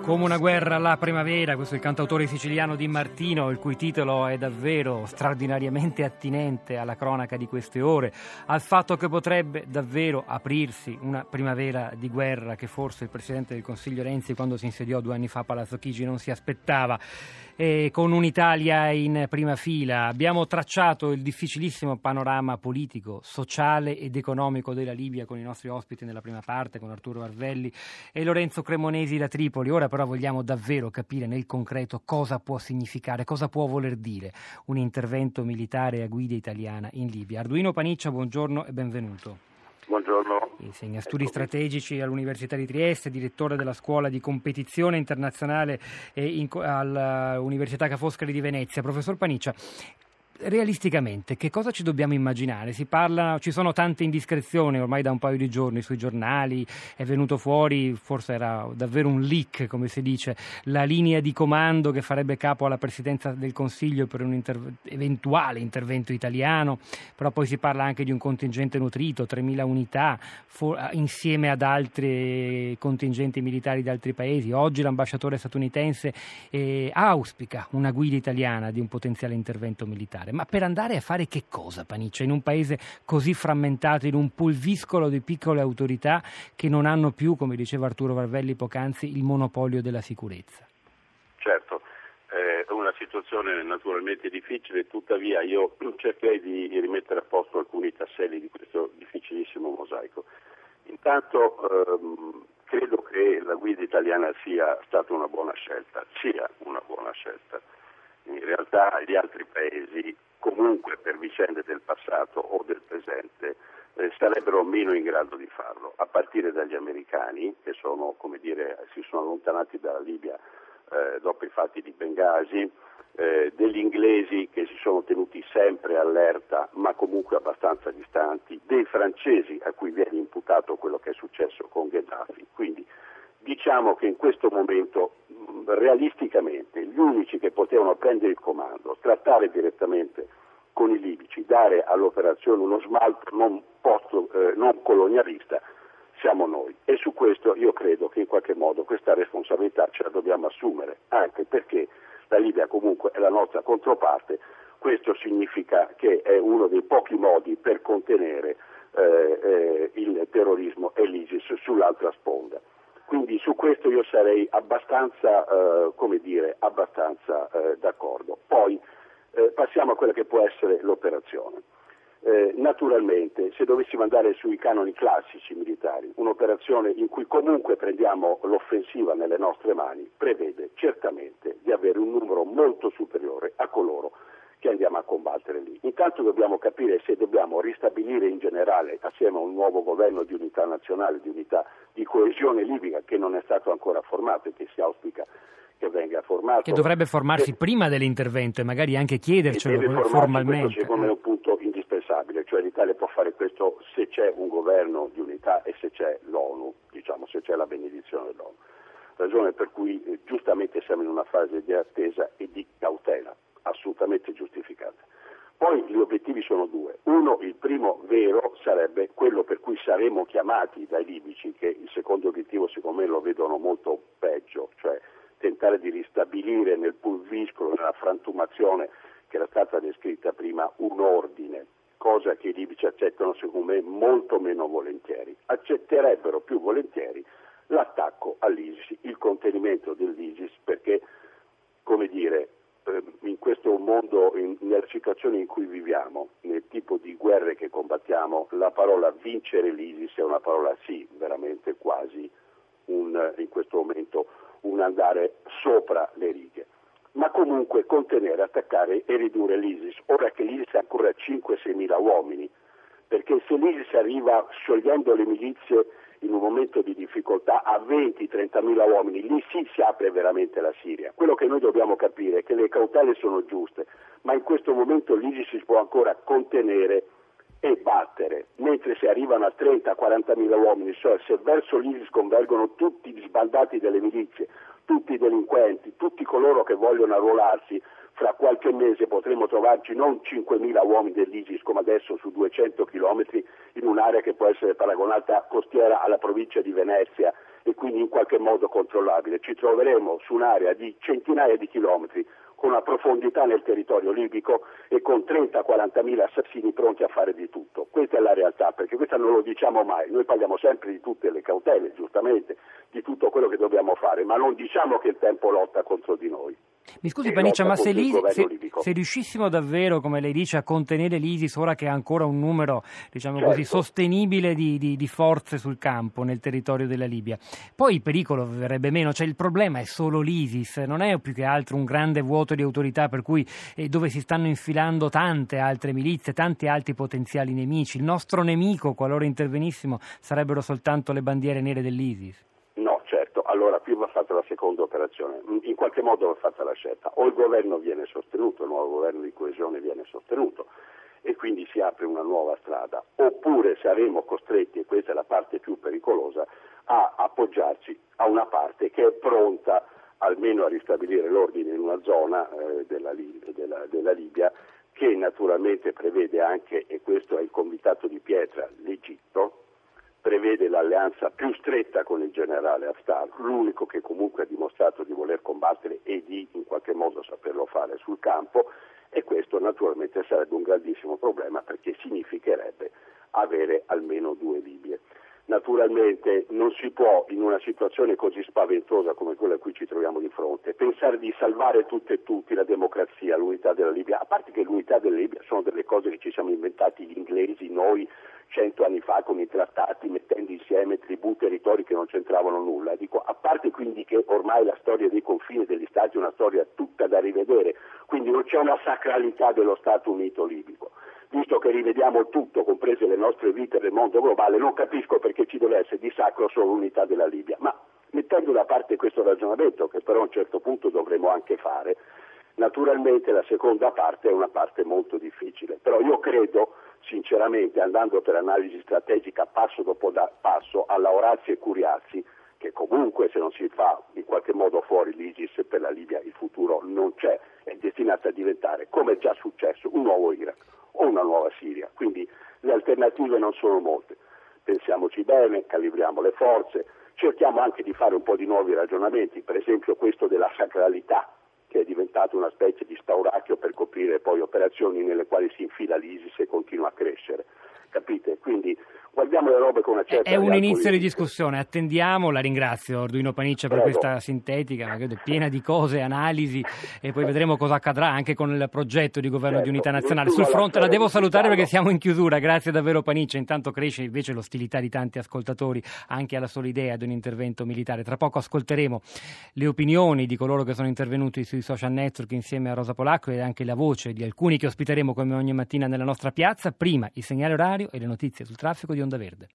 Come una guerra alla primavera, questo è il cantautore siciliano Di Martino, il cui titolo è davvero straordinariamente attinente alla cronaca di queste ore, al fatto che potrebbe davvero aprirsi una primavera di guerra che forse il Presidente del Consiglio Renzi, quando si insediò 2 anni fa a Palazzo Chigi, non si aspettava. E con un'Italia in prima fila abbiamo tracciato il difficilissimo panorama politico, sociale ed economico della Libia con i nostri ospiti nella prima parte, con Arturo Arvelli e Lorenzo Cremonesi da Tripoli. Ora però vogliamo davvero capire nel concreto cosa può significare, cosa può voler dire un intervento militare a guida italiana in Libia. Arduino Paniccia, buongiorno e benvenuto. Buongiorno. Insegna studi strategici all'Università di Trieste, direttore della Scuola di Competizione Internazionale all'Università Ca' Foscari di Venezia. Professor Paniccia, realisticamente che cosa ci dobbiamo immaginare? Ci sono tante indiscrezioni ormai da un paio di giorni sui giornali, è venuto fuori, forse era davvero un leak come si dice, la linea di comando che farebbe capo alla Presidenza del Consiglio per un eventuale intervento italiano, però poi si parla anche di un contingente nutrito, 3.000 unità, insieme ad altri contingenti militari di altri paesi. Oggi l'ambasciatore statunitense auspica una guida italiana di un potenziale intervento militare. Ma per andare a fare che cosa, Paniccia, in un paese così frammentato, in un pulviscolo di piccole autorità che non hanno più, come diceva Arturo Arvelli poc'anzi, il monopolio della sicurezza? Certo, è una situazione naturalmente difficile, tuttavia io cercherei di rimettere a posto alcuni tasselli di questo difficilissimo mosaico. Intanto credo che la guida italiana sia stata una buona scelta. In realtà gli altri paesi, comunque per vicende del passato o del presente, sarebbero meno in grado di farlo, a partire dagli americani che sono, si sono allontanati dalla Libia dopo i fatti di Bengasi, degli inglesi che si sono tenuti sempre allerta ma comunque abbastanza distanti, dei francesi a cui viene imputato quello che è successo con Gheddafi. Quindi diciamo che in questo momento realisticamente gli unici che potevano prendere il comando, trattare direttamente con i libici, dare all'operazione uno smalto non colonialista, siamo noi, e su questo io credo che in qualche modo questa responsabilità ce la dobbiamo assumere, anche perché la Libia comunque è la nostra controparte. Questo significa che è uno dei pochi modi per contenere il terrorismo e l'ISIS sull'altra sponda. Quindi su questo io sarei abbastanza d'accordo. Poi passiamo a quella che può essere l'operazione. Naturalmente, se dovessimo andare sui canoni classici militari, un'operazione in cui comunque prendiamo l'offensiva nelle nostre mani prevede certamente di avere un numero molto superiore a coloro che andiamo a combattere lì. Intanto dobbiamo capire se dobbiamo ristabilire in generale, assieme a un nuovo governo di unità nazionale, di unità di coesione libica che non è stato ancora formato e che si auspica che venga formato. Che dovrebbe formarsi prima dell'intervento e magari anche chiedercelo formalmente. Questo secondo me è un punto indispensabile, cioè l'Italia può fare questo se c'è un governo di unità e se c'è l'ONU, se c'è la benedizione dell'ONU. Ragione per cui giustamente siamo in una fase di attesa e di cautela, assolutamente giustificata. Poi gli obiettivi sono 2. Uno, il primo vero, sarebbe quello per cui saremo chiamati dai libici, che il secondo obiettivo secondo me lo vedono molto peggio, cioè tentare di ristabilire nel pulviscolo, nella frantumazione che era stata descritta prima, un ordine, cosa che i libici accettano secondo me molto meno volentieri. Accetterebbero più volentieri l'attacco all'ISIS, il contenimento dell'ISIS, perché, in questo mondo, nella situazione in cui viviamo, nel tipo di guerre che combattiamo, la parola vincere l'ISIS è una parola veramente quasi in questo momento un andare sopra le righe. Ma comunque contenere, attaccare e ridurre l'ISIS, ora che l'ISIS ha ancora 5-6 mila uomini, perché se l'ISIS arriva sciogliendo le milizie in un momento di difficoltà a 20-30 mila uomini, lì sì si apre veramente la Siria. Quello che noi dobbiamo capire è che le cautele sono giuste, ma in questo momento l'ISIS si può ancora contenere e battere, mentre se arrivano a 30-40 mila uomini, cioè se verso l'ISIS convergono tutti gli sbandati delle milizie, tutti i delinquenti, tutti coloro che vogliono arruolarsi, fra qualche mese potremo trovarci non 5.000 uomini dell'ISIS come adesso su 200 chilometri in un'area che può essere paragonata costiera alla provincia di Venezia e quindi in qualche modo controllabile. Ci troveremo su un'area di centinaia di chilometri con una profondità nel territorio libico e con 30-40 mila assassini pronti a fare di tutto. Questa è la realtà, perché questa non lo diciamo mai, noi parliamo sempre di tutte le cautele, giustamente, di tutto quello che dobbiamo fare, ma non diciamo che il tempo lotta contro di noi. Mi scusi Paniccia, ma se riuscissimo davvero, come lei dice, a contenere l'ISIS ora che ha ancora un numero, diciamo così, sostenibile di forze sul campo nel territorio della Libia, poi il pericolo verrebbe meno, cioè il problema è solo l'ISIS, non è più che altro un grande vuoto di autorità per cui dove si stanno infilando tante altre milizie, tanti altri potenziali nemici. Il nostro nemico, qualora intervenissimo, sarebbero soltanto le bandiere nere dell'ISIS. No, certo, allora qui va fatta la seconda operazione, in qualche modo va fatta la scelta, o il governo viene sostenuto, il nuovo governo di coesione viene sostenuto e quindi si apre una nuova strada, oppure saremo costretti, e questa è la parte più pericolosa, a appoggiarci a una parte che è pronta almeno a ristabilire l'ordine in una zona della Libia, che naturalmente prevede anche, e questo è il convitato di pietra, l'Egitto, prevede l'alleanza più stretta con il generale Haftar, l'unico che comunque ha dimostrato di voler combattere e di in qualche modo saperlo fare sul campo, e questo naturalmente sarebbe un grandissimo problema perché significherebbe avere almeno due Libie. Naturalmente non si può, in una situazione così spaventosa come quella a cui ci troviamo di fronte, pensare di salvare tutte e tutti, la democrazia, l'unità della Libia, a parte che l'unità della Libia sono delle cose che ci siamo inventati gli inglesi, noi 100 anni fa con i trattati, mettendo insieme tribù, territori che non c'entravano nulla. Dico, a parte quindi che ormai la storia dei confini degli stati è una storia tutta da rivedere, quindi non c'è una sacralità dello Stato Unito libico. Visto che rivediamo tutto, comprese le nostre vite nel mondo globale, non capisco perché ci deve essere di sacro solo l'unità della Libia. Ma mettendo da parte questo ragionamento, che però a un certo punto dovremo anche fare, naturalmente la seconda parte è una parte molto difficile. Però io credo, sinceramente, andando per analisi strategica passo dopo passo, alla Orazzi e Curiazzi, che comunque se non si fa in qualche modo fuori l'ISIS per la Libia il futuro non c'è, è destinata a diventare, come è già successo, un nuovo Iraq o una nuova Siria, quindi le alternative non sono molte. Pensiamoci bene, calibriamo le forze, cerchiamo anche di fare un po' di nuovi ragionamenti, per esempio questo della sacralità, che è diventato una specie di spauracchio per coprire poi operazioni nelle quali si infila l'ISIS e continua a crescere. Capite? Quindi guardiamo le robe con una certa... È un inizio di discussione, attendiamo, la ringrazio Arduino Paniccia per questa sintetica, ma credo piena di cose, analisi, e poi vedremo cosa accadrà anche con il progetto di governo di unità nazionale. Sul fronte la devo salutare perché siamo in chiusura, grazie davvero Paniccia, intanto cresce invece l'ostilità di tanti ascoltatori anche alla sola idea di un intervento militare. Tra poco ascolteremo le opinioni di coloro che sono intervenuti sui social network insieme a Rosa Polacco e anche la voce di alcuni che ospiteremo come ogni mattina nella nostra piazza. Prima il segnale orario e le notizie sul traffico di Onda Verde.